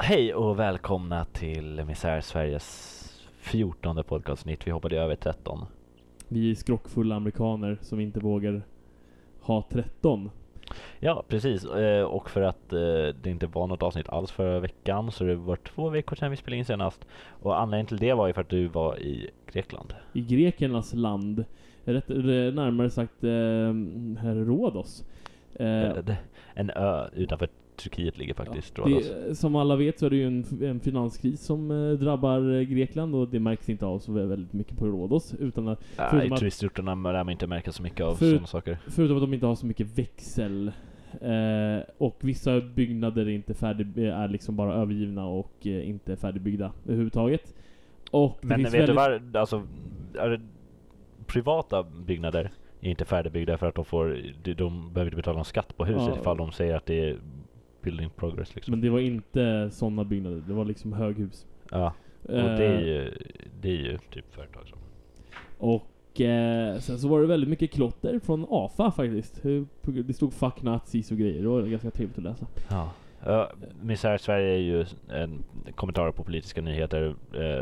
Hej och välkomna till Misär Sveriges 14:e podcastnitt. Vi hoppade över 13. Vi är skrockfulla amerikaner som inte vågar ha 13. Ja, precis. Och för att det inte var något avsnitt alls förra veckan, så det var 2 veckor sedan vi spelade in senast. Och anledningen till det var ju för att du var i Grekland. I grekernas land. Närmare sagt Rhodos. En ö utanför Turkiet ligger faktiskt. Ja, som alla vet så är det ju en finanskris som drabbar Grekland, och det märks inte av så väldigt mycket på Rhodos. Utan att, i turistorterna lär man inte märka så mycket av sådana saker. Förutom att de inte har så mycket växel. Och vissa byggnader är liksom bara övergivna och inte färdigbyggda överhuvudtaget. Och men vet du alltså, privata byggnader är inte färdigbyggda för att de behöver inte betala någon skatt på huset ifall de säger att det är building progress liksom. Men det var inte sådana byggnader, det var liksom höghus. Ja, och det är ju typ företag som. Och sen så var det väldigt mycket klotter från AFA faktiskt. Det stod fuck nazis och grejer. Det var ganska trevligt att läsa. Ja. Misär Sverige är ju en kommentar på politiska nyheter,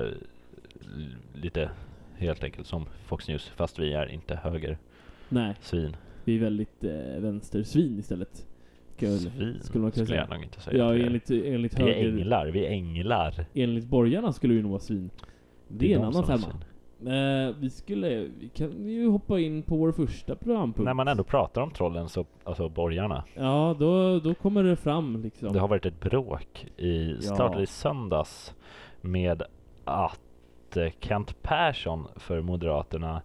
lite helt enkelt som Fox News, fast vi är inte höger. Nej. Svin. Vi är väldigt vänstersvin istället. Svin skulle jag nog inte säga. Ja, enligt höger. Vi är änglar. Enligt borgarna skulle vi nog vara svin. Det är en annan femma. Vi kan ju hoppa in på vår första programpunkt. När man ändå pratar om trollen, så alltså borgarna. Ja, då kommer det fram liksom. Det har varit ett bråk startade i söndags med att Kent Persson för Moderaterna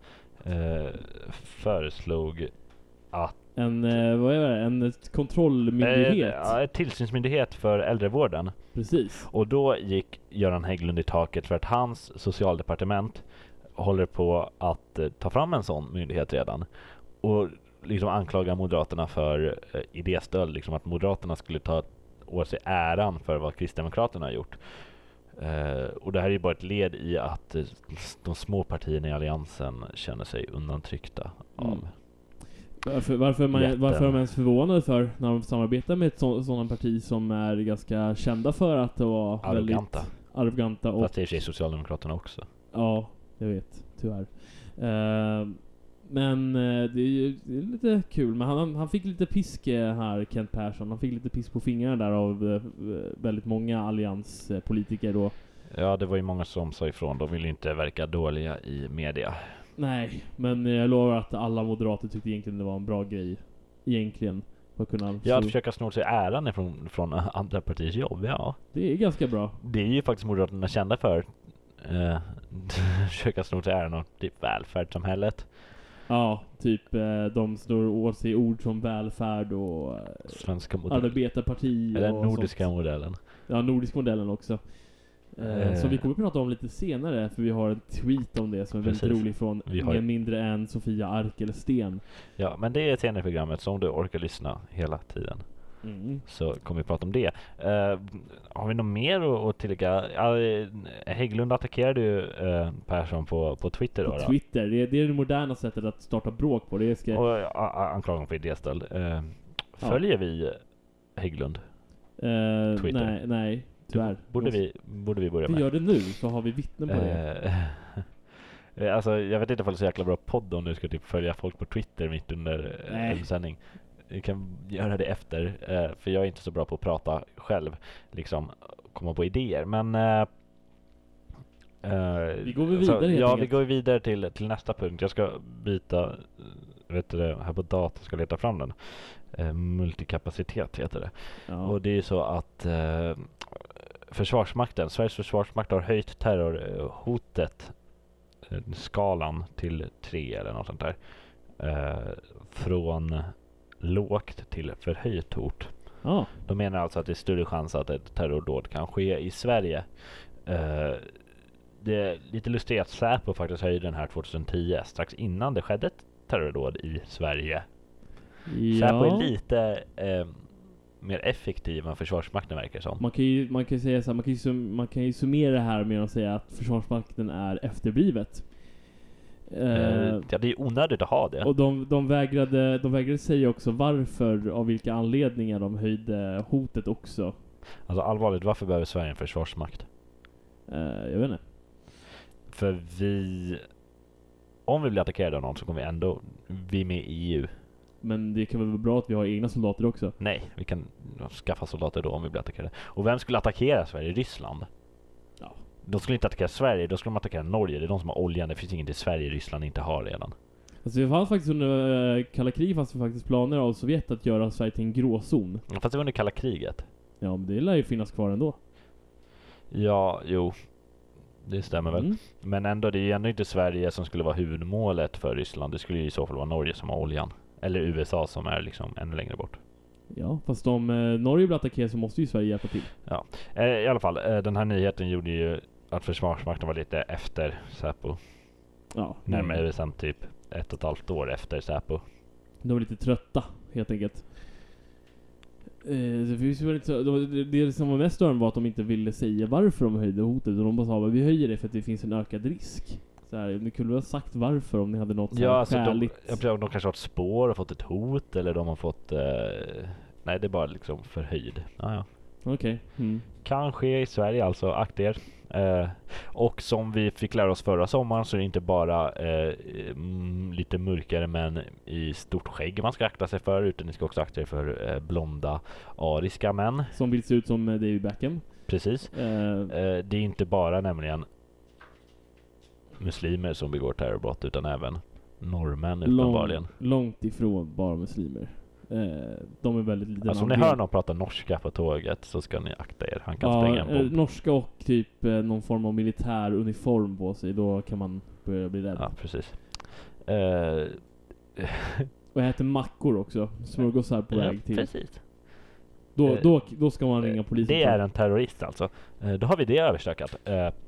föreslog att en kontrollmyndighet. En tillsynsmyndighet för äldrevården. Precis. Och då gick Göran Hägglund i taket för att hans socialdepartement håller på att ta fram en sån myndighet redan. Och liksom anklagar Moderaterna för idéstöld, liksom att Moderaterna skulle ta åt sig äran för vad Kristdemokraterna har gjort. Och det här är ju bara ett led i att de små partierna i alliansen känner sig undantryckta av. Varför är man ens förvånad för när de samarbetar med ett sådant parti som är ganska kända för att vara arroganta och... Fast det är sig Socialdemokraterna också. Ja, jag vet, tyvärr. Men det är lite kul. Men han fick lite pisk här, Kent Persson. Han fick lite pisk på fingrarna där av väldigt många allianspolitiker då. Ja, det var ju många som sa ifrån. De ville inte verka dåliga i media. Nej, men jag lovar att alla moderater tyckte egentligen det var en bra grej. Egentligen. Att försöka snå sig äran från andra partiers jobb, ja. Det är ganska bra. Det är ju faktiskt Moderaterna kända för. Försöka snå sig äran av typ välfärdssamhället. Ja, typ de står åt sig ord som välfärd och svenska modell. Arbetarparti eller och nordiska sånt. Modellen. Ja, nordiska modellen också. Så vi kommer att prata om lite senare, för vi har en tweet om det som är väldigt rolig från ingen mindre än Sofia Arkelsten. Ja, men det är ett senare programmet, så om du orkar lyssna hela tiden så kommer vi prata om det. Har vi något mer att tillägga? Hägglund attackerade ju Persson på Twitter då. På Twitter, det är det moderna sättet att starta bråk på. Och anklagan för idéstöld. Följer vi Hägglund? Twitter? Nej. Tyvärr. Borde vi börja med? Vi gör det nu, så har vi vittnen på det. Alltså, jag vet inte om det är så jäkla bra podd om du ska typ följa folk på Twitter mitt under en sändning. Vi kan göra det efter, för jag är inte så bra på att prata själv, liksom komma på idéer. Men vi går vidare. Vi går vidare till nästa punkt. Jag ska byta, här på datorn, ska leta fram den. Multikapacitet heter det. Ja. Och det är så att Sveriges försvarsmakt har höjt terrorhotet skalan till 3 eller något sånt där. Från lågt till förhöjt hot. De menar alltså att det är större chans att ett terrordåd kan ske i Sverige. Det är lite lustigt att Säpo faktiskt höjde den här 2010, strax innan det skedde ett terrordåd i Sverige. Ja. Säpo är lite mer effektiv än Försvarsmakten, verkar som. Man kan säga så här, man kan ju summera det här med att säga att Försvarsmakten är efterblivet. Ja, det är onödigt att ha det. Och de vägrade säga också varför, av vilka anledningar de höjde hotet också. Alltså allvarligt, varför behöver Sverige en försvarsmakt? Jag vet inte. För om vi blir attackerade av någon så kommer vi är med i EU. Men det kan väl vara bra att vi har egna soldater också? Nej, vi kan skaffa soldater då om vi blir attackerade. Och vem skulle attackera Sverige? Ryssland? Ja. De skulle inte attackera Sverige, då skulle de attackera Norge. Det är de som har oljan, det finns inget i Sverige Ryssland inte har redan. Alltså det fanns faktiskt under kalla krig fanns det faktiskt planer av Sovjet att göra Sverige till en gråzon. Fast det var under kalla kriget. Ja, men det lär ju finnas kvar ändå. Ja, jo. Det stämmer väl. Men ändå, det är ju ändå inte Sverige som skulle vara huvudmålet för Ryssland. Det skulle ju i så fall vara Norge som har oljan. Eller USA som är liksom ännu längre bort. Ja, fast om Norge blir attackerat så måste ju Sverige hjälpa till. Ja, i alla fall. Den här nyheten gjorde ju att Försvarsmakten var lite efter Säpo. Ja. Närmare bestämt typ 1,5 år efter Säpo. De var lite trötta, helt enkelt. Det som var mest störande var att de inte ville säga varför de höjde hotet. Och de bara sa att vi höjer det för att det finns en ökad risk. Så här, ni kunde väl ha sagt varför om ni hade något skäligt. De kanske har ett spår och fått ett hot. Eller de har fått... nej, det är bara liksom förhöjd. Ja. Okej. Kanske i Sverige alltså, akta er. Och som vi fick lära oss förra sommaren så är det inte bara lite mörkare män i stort skägg man ska akta sig för, utan ni ska också akta er för blonda ariska män. Som vill se ut som David Beckham. Precis. Det är inte bara nämligen muslimer som begår terrorbrott utan även norrmän uppenbarligen. Långt ifrån bara muslimer. De är väldigt lite. Alltså om ni hör någon prata norska på tåget så ska ni akta er. Han kan spränga en bomb. Norska och typ någon form av militär uniform på sig. Då kan man börja bli rädd. Ja, precis. Och jag äter mackor också. Smörgåsar på väg till. Precis. Då ska man ringa polisen. Det är en terrorist alltså. Då har vi det överstökat.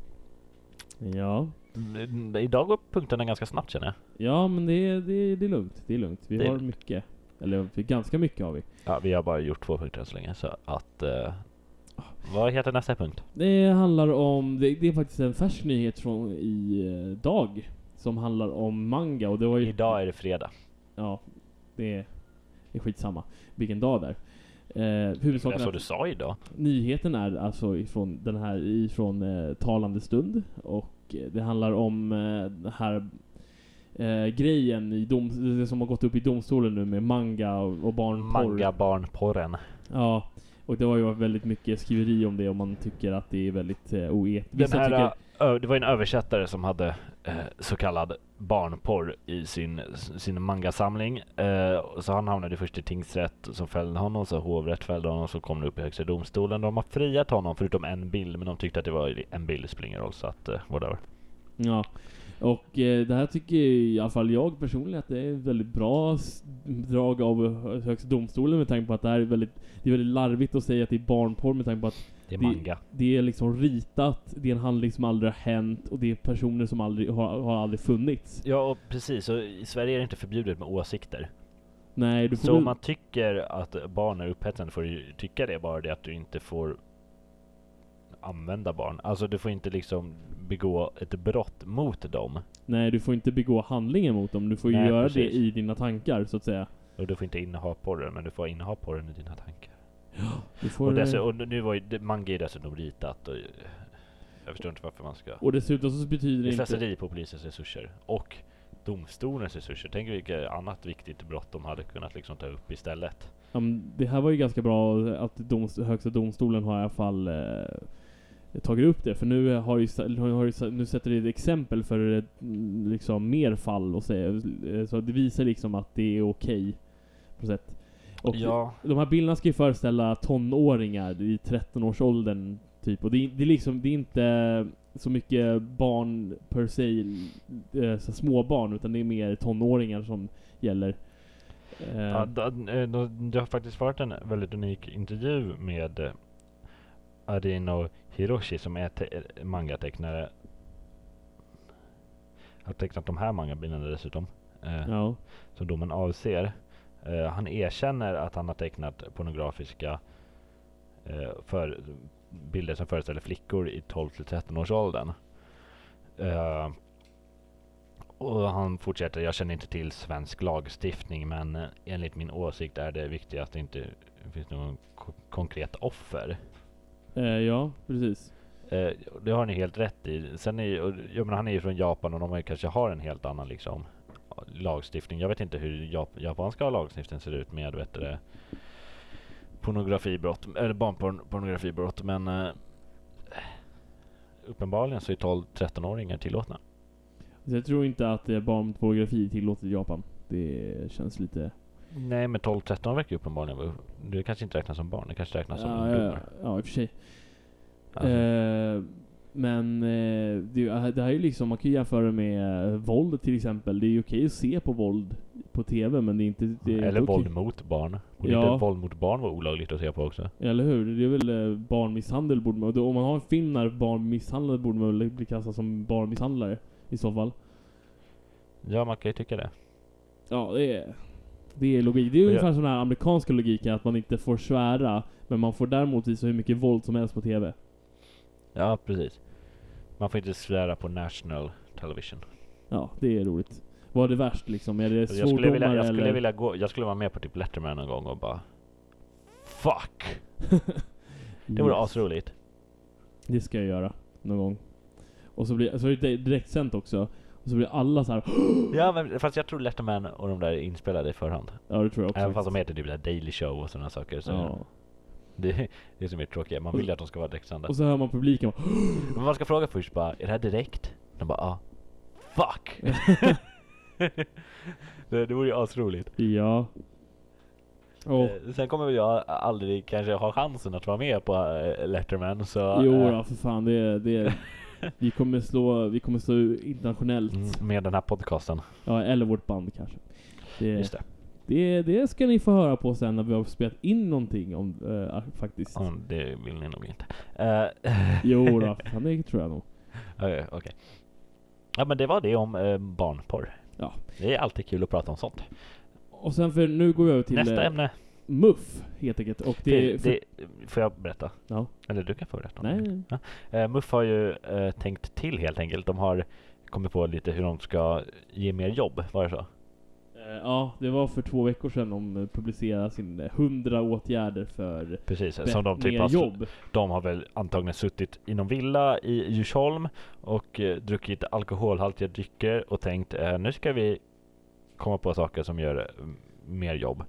Ja. Idag går punkterna ganska snabbt känner jag. Ja, men det är lugnt. Det är lugnt. Vi har mycket. Eller ganska mycket har vi. Ja, vi har bara gjort 2 punkter så länge. Så att... vad heter nästa punkt? Det handlar om... Det är faktiskt en färsk nyhet från idag. Som handlar om manga. Och det var ju, idag är det fredag. Ja, det är skitsamma. Vilken dag där. Huvudsaken så du sa idag. Nyheten är alltså ifrån talande stund. Och det handlar om den här... grejen i det som har gått upp i domstolen nu med manga och barnporr. Barnporren. Ja, och det var ju väldigt mycket skriveri om det och man tycker att det är väldigt oetiskt. Det var en översättare som hade så kallad barnporr i sin mangasamling. Så han hamnade först i tingsrätt som fällde honom, så hovrätt fällde honom, så kom det upp i högsta domstolen. De har friat honom förutom en bild, men de tyckte att det var en bild spelar ingen roll, så att whatever. Ja. Och det här tycker i alla fall jag personligen att det är ett väldigt bra drag av högsta domstolen med tanke på att det är väldigt larvigt att säga att det är barnporr med tanke på att det är manga. Det är liksom ritat, det är en handling som aldrig har hänt och det är personer som har aldrig funnits. Ja, och precis. Och i Sverige är det inte förbjudet med åsikter. Nej, du får så om man tycker att barn är upphetsande får du tycka det, bara det att du inte får använda barn. Alltså du får inte liksom begå ett brott mot dem. Nej, du får inte begå handlingen mot dem. Du får ju göra precis. Det i dina tankar så att säga. Och du får inte inneha porren, men du får inneha porren i dina tankar. Ja, du får och nu var ju manga dessutom ritat och jag förstår inte varför man ska. Och dessutom så betyder det inte slöseri på polisens resurser och domstolens resurser. Tänk vilket annat viktigt brott de hade kunnat liksom ta upp istället. Det här var ju ganska bra att högsta domstolen har i alla fall tagit upp det, för nu nu sätter det ett exempel för liksom mer fall och så det visar liksom att det är okej på sätt. Och ja. De här bilderna ska ju föreställa tonåringar i 13-årsåldern typ, och det är liksom, det är inte så mycket barn per se, så små barn, utan det är mer tonåringar som gäller. Ja, det har faktiskt varit en väldigt unik intervju med Arino Hiroshi som är mangatecknare. Har tecknat de här mangabilderna dessutom. Ja. Som domen avser. Han erkänner att han har tecknat pornografiska för bilder som föreställer flickor i 12-13 års åldern. Och han fortsätter: jag känner inte till svensk lagstiftning, men enligt min åsikt är det viktigt att det inte finns någon konkret offer. Ja, precis. Det har ni helt rätt i. Sen han är ju från Japan och de kanske har en helt annan liksom lagstiftning. Jag vet inte hur japanska lagstiftningen ser ut med pornografibrott eller barnpornografibrott, men uppenbarligen så är 12-13-åringar tillåtna. Så jag tror inte att barnpornografi är tillåtet i Japan. Det känns lite... Nej, men 12-13 verkar ju uppenbarligen. Det kanske inte räknas som barn, det kanske räknas som ungdomar. Ja, i och för sig. Alltså. Men det här är ju liksom, man kan ju jämföra med våld till exempel. Det är ju okej att se på våld på TV, men det är inte... Eller våld mot barn. Borde inte våld mot barn vara olagligt att se på också? Eller hur? Det är väl barnmisshandel borde man... Om man har en film när barn misshandlar borde man väl bli kastad som barnmisshandlare i så fall. Ja, man kan ju tycka det. Ja, det är logik. Det är ungefär sån här amerikanska logiken att man inte får svära, men man får däremot visa hur mycket våld som helst på TV. Ja, precis. Man får inte svära på national television. Ja, det är roligt. Vad är det värst liksom? Är det svordomar jag skulle vara med på typ Letterman någon gång och bara fuck! Det vore asroligt. Det ska jag göra någon gång. Och så är det direkt sänt också. Och så blir alla så här. Ja, men fast jag tror Letterman och de där är inspelade i förhand. Ja, det tror jag också. Även fast de heter typ Daily Show och sådana saker. Så ja. Det är som är tråkigt. Man vill ju att de ska vara direktsända. Och så hör man publiken. Men man ska fråga först bara, är det här direkt? De bara, fuck! det vore ju asroligt. Ja. Sen kommer jag aldrig kanske ha chansen att vara med på Letterman. Så, jo då, för fan. Det vi kommer slå internationellt. Med den här podcasten. Ja, eller vårt band kanske. Just det. Det ska ni få höra på sen när vi har spelat in någonting om faktiskt. Ja, det vill ni nog inte. Jo då, fan, det tror jag nog. Okej. Ja, men det var det om barnporr. Ja. Det är alltid kul att prata om sånt. Och sen för nu går vi över till nästa ämne. MUF helt enkelt. Och det får jag berätta? Ja. Eller du kan få berätta. Nej. Ja. MUF har ju tänkt till helt enkelt. De har kommit på lite hur de ska ge mer jobb. Var det så? Ja, det var för 2 veckor sedan de publicerade sin 100 åtgärder för som de typ jobb. De har väl antagligen suttit i någon villa i Djursholm och druckit alkoholhaltiga drycker och tänkt nu ska vi komma på saker som gör mer jobb.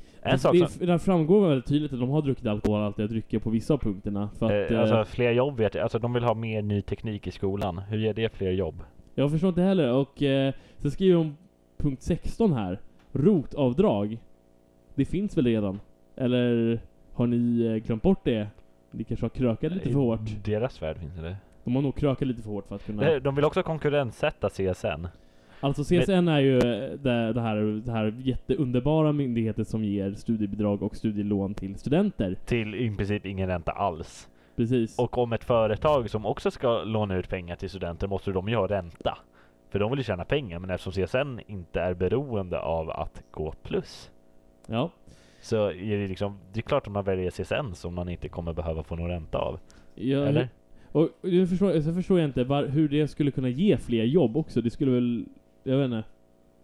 Det framgår väldigt tydligt att de har druckit alkoholhaltiga drycker på vissa av punkterna. För att, alltså fler jobb vet jag. Alltså de vill ha mer ny teknik i skolan. Hur ger det fler jobb? Jag förstår inte heller. Och så skriver de punkt 16 här. Rotavdrag. Det finns väl redan? Eller har ni glömt bort det? Ni kanske har krökat lite för hårt. Deras värld finns det. De har nog krökat lite för hårt för att kunna... De vill också konkurrenssätta CSN. Alltså CSN är ju det här jätteunderbara myndigheten som ger studiebidrag och studielån till studenter. Till i princip ingen ränta alls. Precis. Och om ett företag som också ska låna ut pengar till studenter måste de ju ha ränta. För de vill ju tjäna pengar, men eftersom CSN inte är beroende av att gå plus. Ja. Så är det liksom, det är klart att man väljer CSN som man inte kommer behöva få någon ränta av. Ja, eller? Och jag förstår jag inte hur det skulle kunna ge fler jobb också. Det skulle väl, jag vet inte.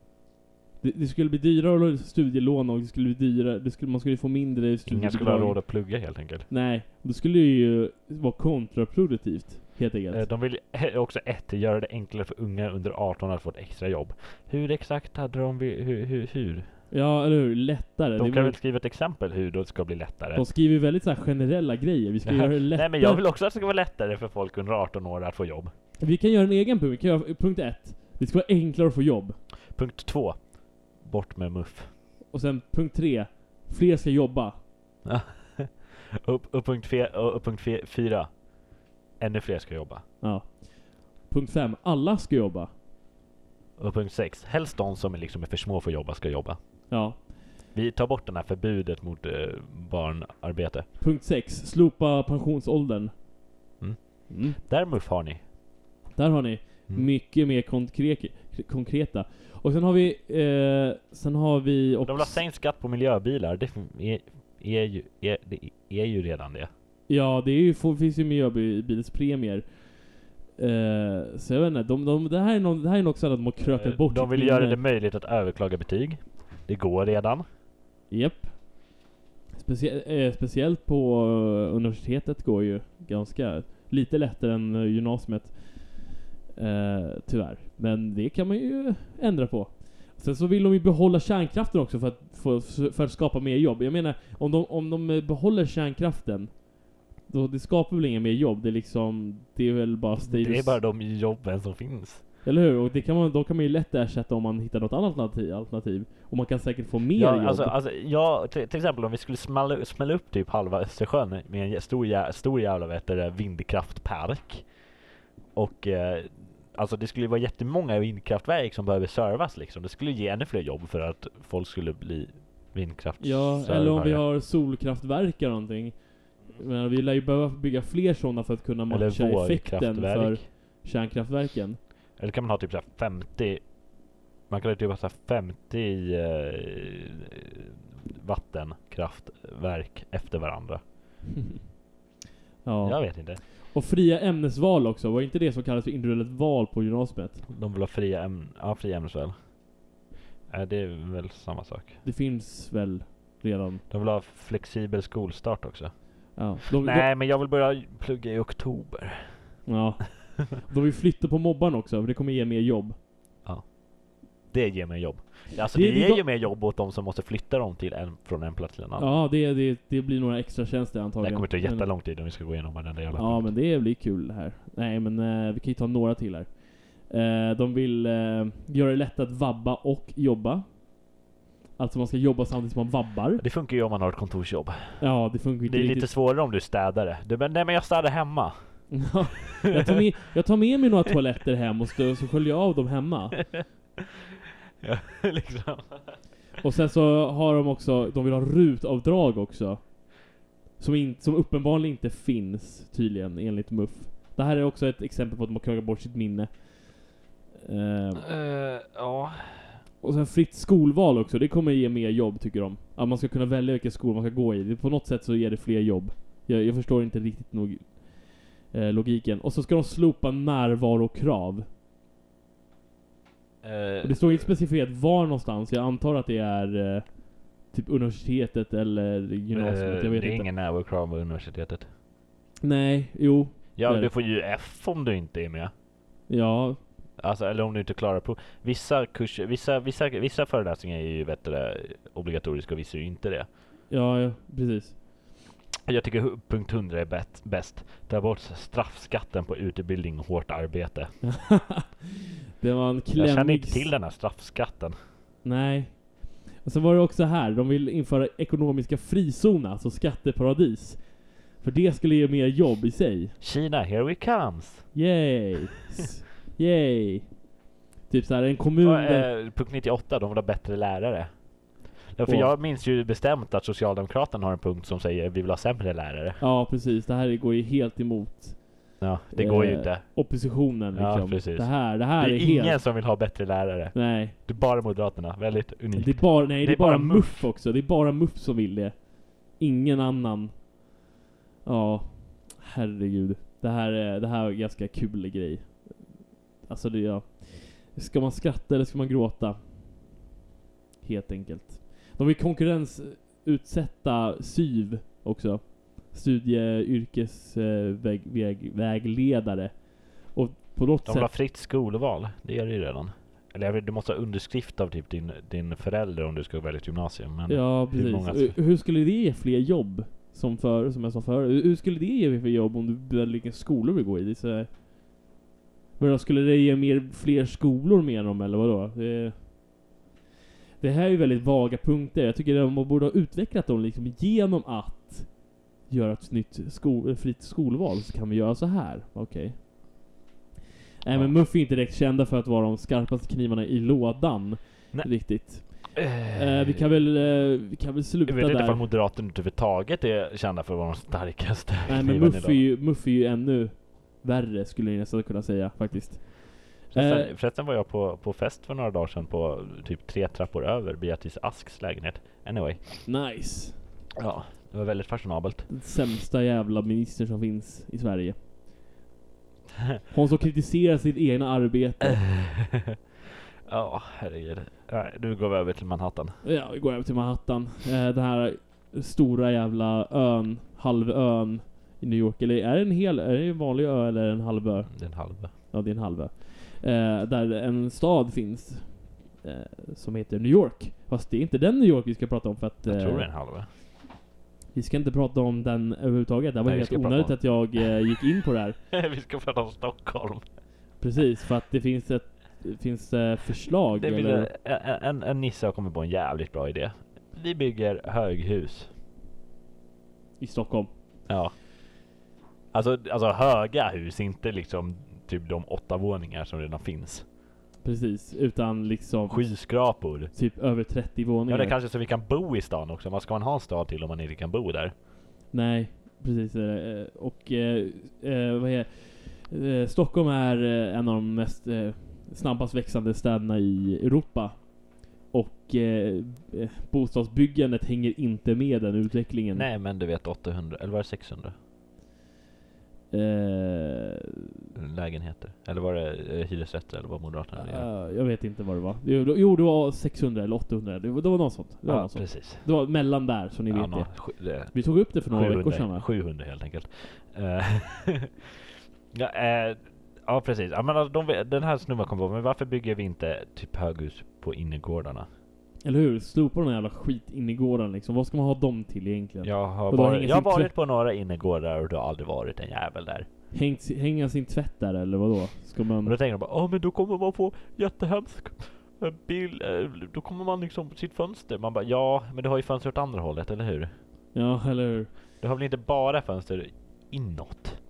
Det skulle bli dyrare att studielån och det skulle bli dyrare, man skulle få mindre studiebidrag. Ingen skulle ha råd att plugga helt enkelt. Nej, det skulle ju vara kontraproduktivt helt enkelt. De vill också göra det enklare för unga under 18 att få ett extra jobb. Hur exakt hade de hur? Ja, eller hur? Lättare. De kan väl skriva ett exempel hur det ska bli lättare. De skriver väldigt så här generella grejer. Vi ska göra det lättare. Nej, men jag vill också att det ska vara lättare för folk under 18 år att få jobb. Vi kan göra en egen punkt. Vi kan göra punkt 1. Det ska vara enklare att få jobb. Punkt 2. Bort med MUF. Och sen punkt 3. Fler ska jobba. och punkt 4. Ännu fler ska jobba. Ja. Punkt 5. Alla ska jobba. Och punkt 6. Helst de som är för små för att jobba ska jobba. Ja. Vi tar bort den här förbudet mot barnarbete. Punkt 6. Slopa pensionsåldern. Där MUF har ni. Där har ni. Mycket mer konkreta. Och sen har vi också... De vill ha sänkt skatt på miljöbilar. Det är ju redan det. Ja, det finns ju miljöbilspremier. Så jag vet inte, det här är något sådant att de har krökat bort. De vill göra det möjligt att överklaga betyg. Det går redan. Japp. Speciellt på universitetet går ju ganska lite lättare än gymnasiet. Tyvärr. Men det kan man ju ändra på. Sen så vill de ju behålla kärnkraften också för att skapa mer jobb. Jag menar, om de behåller kärnkraften, då det skapar väl inga mer jobb. Det är väl bara Det är bara de jobben som finns. Eller hur? Och då kan man ju lätt ersätta om man hittar något annat alternativ. Och man kan säkert få mer jobb. Till exempel om vi skulle smälla upp typ halva Östersjön med en stor jävla vindkraftpark. Och alltså det skulle vara jättemånga vindkraftverk som behöver servas liksom. Det skulle ge ännu fler jobb för att folk skulle bli vindkraftservare. Ja, eller om vi har solkraftverk eller någonting. Men vi lär ju behöva bygga fler sådana för att kunna matcha effekten för kärnkraftverken. Eller kan man ha typ så här 50. Man kan ha typ så här 50 vattenkraftverk efter varandra. Ja. Jag vet inte. Och fria ämnesval också. Var inte det som kallas för individuellt val på gymnasiet? De vill ha fria ämnesval. Det är väl samma sak. Det finns väl redan. De vill ha flexibel skolstart också. Ja. Men jag vill börja plugga i oktober. Ja. De vill flytta på mobbarna också, för det kommer ge mer jobb. Ja. Det ger mer jobb. Alltså det ger ju mer jobb åt de som måste flytta dem från en plats till en annan. Ja, det blir några extra tjänster antagligen. Det kommer ta jättelång tid om vi ska gå igenom den där jävla Ja, men det blir kul här. Nej, men vi kan ju ta några till här. De vill göra det lätt att vabba och jobba. Alltså man ska jobba samtidigt som man vabbar. Det funkar ju om man har ett kontorsjobb. Ja, det funkar ju inte Det är riktigt. lite svårare om du är städare. Nej, men jag städar hemma. Ja, jag tar med mig några toaletter hem och så sköljer jag av dem hemma. Ja, liksom. Och sen så har de också, de vill ha rutavdrag också. Som uppenbarligen inte finns tydligen enligt MUF. Det här är också ett exempel på att man kan bort sitt minne. Ja. Och sen fritt skolval också. Det kommer ge mer jobb tycker de. Att man ska kunna välja vilken skola man ska gå i. På något sätt så ger det fler jobb. Jag förstår inte riktigt nog logiken. Och så ska de slopa närvarokrav. Och det står inte specificerat var någonstans. Jag antar att det är typ universitetet eller gymnasiet. Jag vet det är inte. ingen närvarokrav på universitetet. Nej, jo. Ja, du får ju F om du inte är med. Ja. Alltså, eller om du inte klarar prov. Vissa kurser, vissa föreläsningar är ju obligatoriska och vissa är ju inte det. Ja, precis. Jag tycker punkt 100 är bäst. Ta bort straffskatten på utbildning och hårt arbete. Det var en klämmig... Jag känner inte till den här straffskatten. Nej. Och så var det också här. De vill införa ekonomiska frizoner, alltså skatteparadis. För det skulle ge mer jobb i sig. Kina, here we comes. Yay. Yay. Typ så här en kommun... Punkt 98, de vill ha bättre lärare. För jag minns ju bestämt att Socialdemokraterna har en punkt som säger vi vill ha sämre lärare. Ja, precis. Det här går ju helt emot. Ja, det går ju inte. Oppositionen liksom. Ja, precis. Det här är är ingen helt... som vill ha bättre lärare. Nej. Det är bara Moderaterna. Väldigt unikt. Det är bara MUF också. Det är bara MUF som vill det. Ingen annan. Ja. Herregud. Det här är en ganska kul grej. Alltså ska man skratta eller ska man gråta? Helt enkelt. De vill konkurrensutsätta SYV också. Yrkesvägledare. Och på något de sätt... vill ha fritt skolval. Det är det ju redan. Eller du måste ha underskrift av typ din förälder om du ska välja ett gymnasium. Men ja, precis. Hur skulle det ge fler jobb? Som jag sa förr. Hur skulle det ge fler jobb om du väljer vilken skolor vi går i? Men då skulle det ge fler skolor med dem eller vadå? Det här är ju väldigt vaga punkter. Jag tycker att man borde ha utvecklat dem liksom genom att göra ett nytt fritt skolval, så kan vi göra så här. Okej. Nej, men MUF är inte direkt kända för att vara de skarpaste knivarna i lådan. Nej. Riktigt. Vi kan väl sluta där. Jag vet inte om Moderaterna överhuvudtaget är kända för att vara de starkaste. Nej, men MUF är ju ännu värre, skulle jag nästan kunna säga faktiskt. Förresten var jag på fest för några dagar sedan på typ 3 trappor över Beatrice Asks lägenhet. Anyway. Nice. Ja, det var väldigt fashionabelt. Den sämsta jävla minister som finns i Sverige. Hon som kritiserar sitt egna arbete. Ja, herregud. Nej, nu går vi över till Manhattan. Ja, vi går över till Manhattan. Den här stora jävla ön, halvön i New York. Eller är det en vanlig ö eller en halvö? Det är en halv. Ja, det är en halvö. Där en stad finns som heter New York. Fast det är inte den New York vi ska prata om för att... Jag tror det är en halv. Vi ska inte prata om den överhuvudtaget. Det var Nej, helt onödigt att jag gick in på det här. Vi ska prata om Stockholm. Precis, för att det finns förslag. Det eller? en nisse har kommit på en jävligt bra idé. Vi bygger höghus. I Stockholm. Ja. Alltså höga hus, inte liksom typ de 8 våningar som redan finns. Precis, utan liksom Skyskrapor. typ över 30 våningar. Ja, det är kanske så vi kan bo i stan också. Vad ska man ha en stad till om man inte kan bo där? Nej, precis. Och vad är Stockholm är en av de mest snabbast växande städerna i Europa. Och bostadsbyggandet hänger inte med den utvecklingen. Nej, men du vet 800, eller var det 600? Lägenheter. Eller var det hyresrätter, eller vad Moderaterna hade? Jag vet inte vad det var. Jo, det var 600 eller 800. Det var något sånt. Ja, precis. Det var mellan där, så ni vet det. Vi tog upp det för några 700, veckor sedan, va? 700 helt enkelt. Ja, precis. Ja, men alltså, den här snubben kom på, men varför bygger vi inte typ höghus på innergårdarna? Eller hur? Slopa den jävla skit innergården liksom. Vad ska man ha dem till egentligen? Jag har varit på några innergårdar och det har aldrig varit en jävel där. Hänga sin tvätt där, eller vadå? Ska man... Och då tänker de bara, men då kommer man få jättehemsk bild. Då kommer man liksom sitt fönster. Man bara, ja, men du har ju fönster åt andra hållet, eller hur? Ja, eller hur? Du har väl inte bara fönster inåt?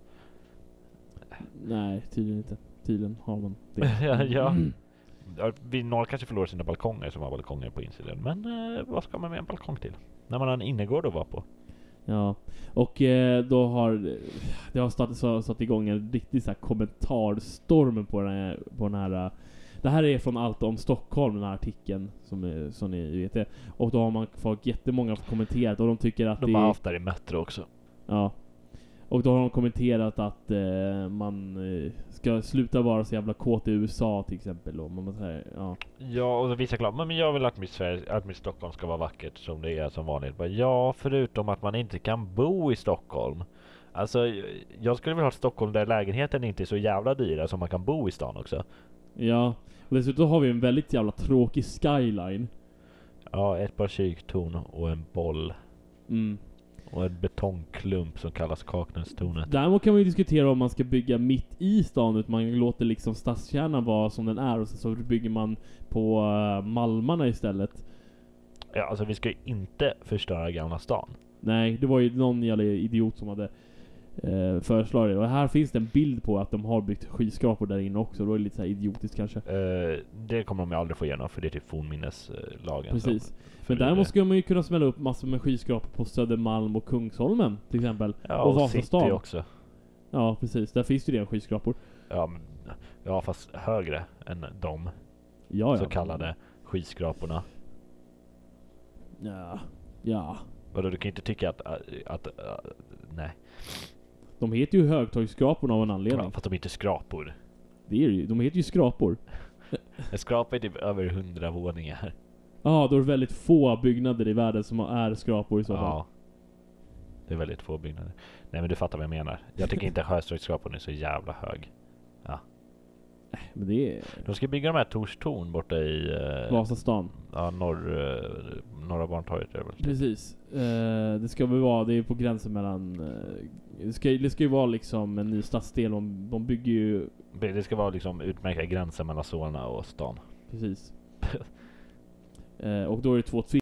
Nej, tydligen inte. Tydligen har man det. Ja. Några kanske förlorar sina balkonger som har balkonger på insidan. Men vad ska man med en balkong till? När man har en innergård att vara på. Ja, och då har det har satt igång en riktig så här kommentarstorm på den här. Det här är från Allt om Stockholm, den här artikeln som ni vet det. Och då har man fått jättemånga kommenterat och de tycker att de har haft där i Metro också. Ja. Och då har de kommenterat att man ska sluta vara så jävla kåt i USA till exempel. Och man säger, ja. Ja, och vissa klart, men jag vill att mitt Stockholm ska vara vackert som det är som vanligt. Ja, förutom att man inte kan bo i Stockholm. Alltså, jag skulle vilja ha ett Stockholm där lägenheten inte är så jävla dyra som man kan bo i stan också. Ja, och dessutom har vi en väldigt jävla tråkig skyline. Ja, ett par kyrktorn och en boll. Mm. Och en betongklump som kallas Kaknästornet. Däremot kan man ju diskutera om man ska bygga mitt i stan, utan man låter liksom stadskärnan vara som den är och så bygger man på malmarna istället. Ja, alltså vi ska ju inte förstöra Gamla stan. Nej, det var ju någon jävla idiot som hade föreslagit det. Och här finns det en bild på att de har byggt skyskrapor där inne också. Då är det lite så här idiotiskt kanske. Det kommer de ju aldrig få igenom, för det är typ fornminneslagen. Precis. Men däremot skulle man ju kunna smälla upp massor med skyskrapor på Södermalm och Kungsholmen till exempel. Ja, och Vasastan City också. Ja, precis. Där finns det ju redan skyskrapor. Ja, fast högre än de så kallade skyskraporna. Ja. Vadå, du kan inte tycka att nej. De heter ju högtagsskraporna av en anledning. Ja, fast de är inte skrapor. Det är ju, de heter ju skrapor. En skrapa är typ över 100 våningar. Ja, då är det väldigt få byggnader i världen som är skrapor i så fall. Ja. Det är väldigt få byggnader. Nej, men du fattar vad jag menar. Jag tycker inte Sjöströkskrapan är så jävla hög. Ja. Men det är... De ska bygga de här Torstorn borta i Vasastan. Ja, norra Barntorget är det väl. Precis. Det ska väl vara, det är på gränsen mellan det ska ju vara liksom en ny stadsdel. De bygger ju... Det ska vara liksom utmärka gränsen mellan Solna och stan. Precis. Och då är det 2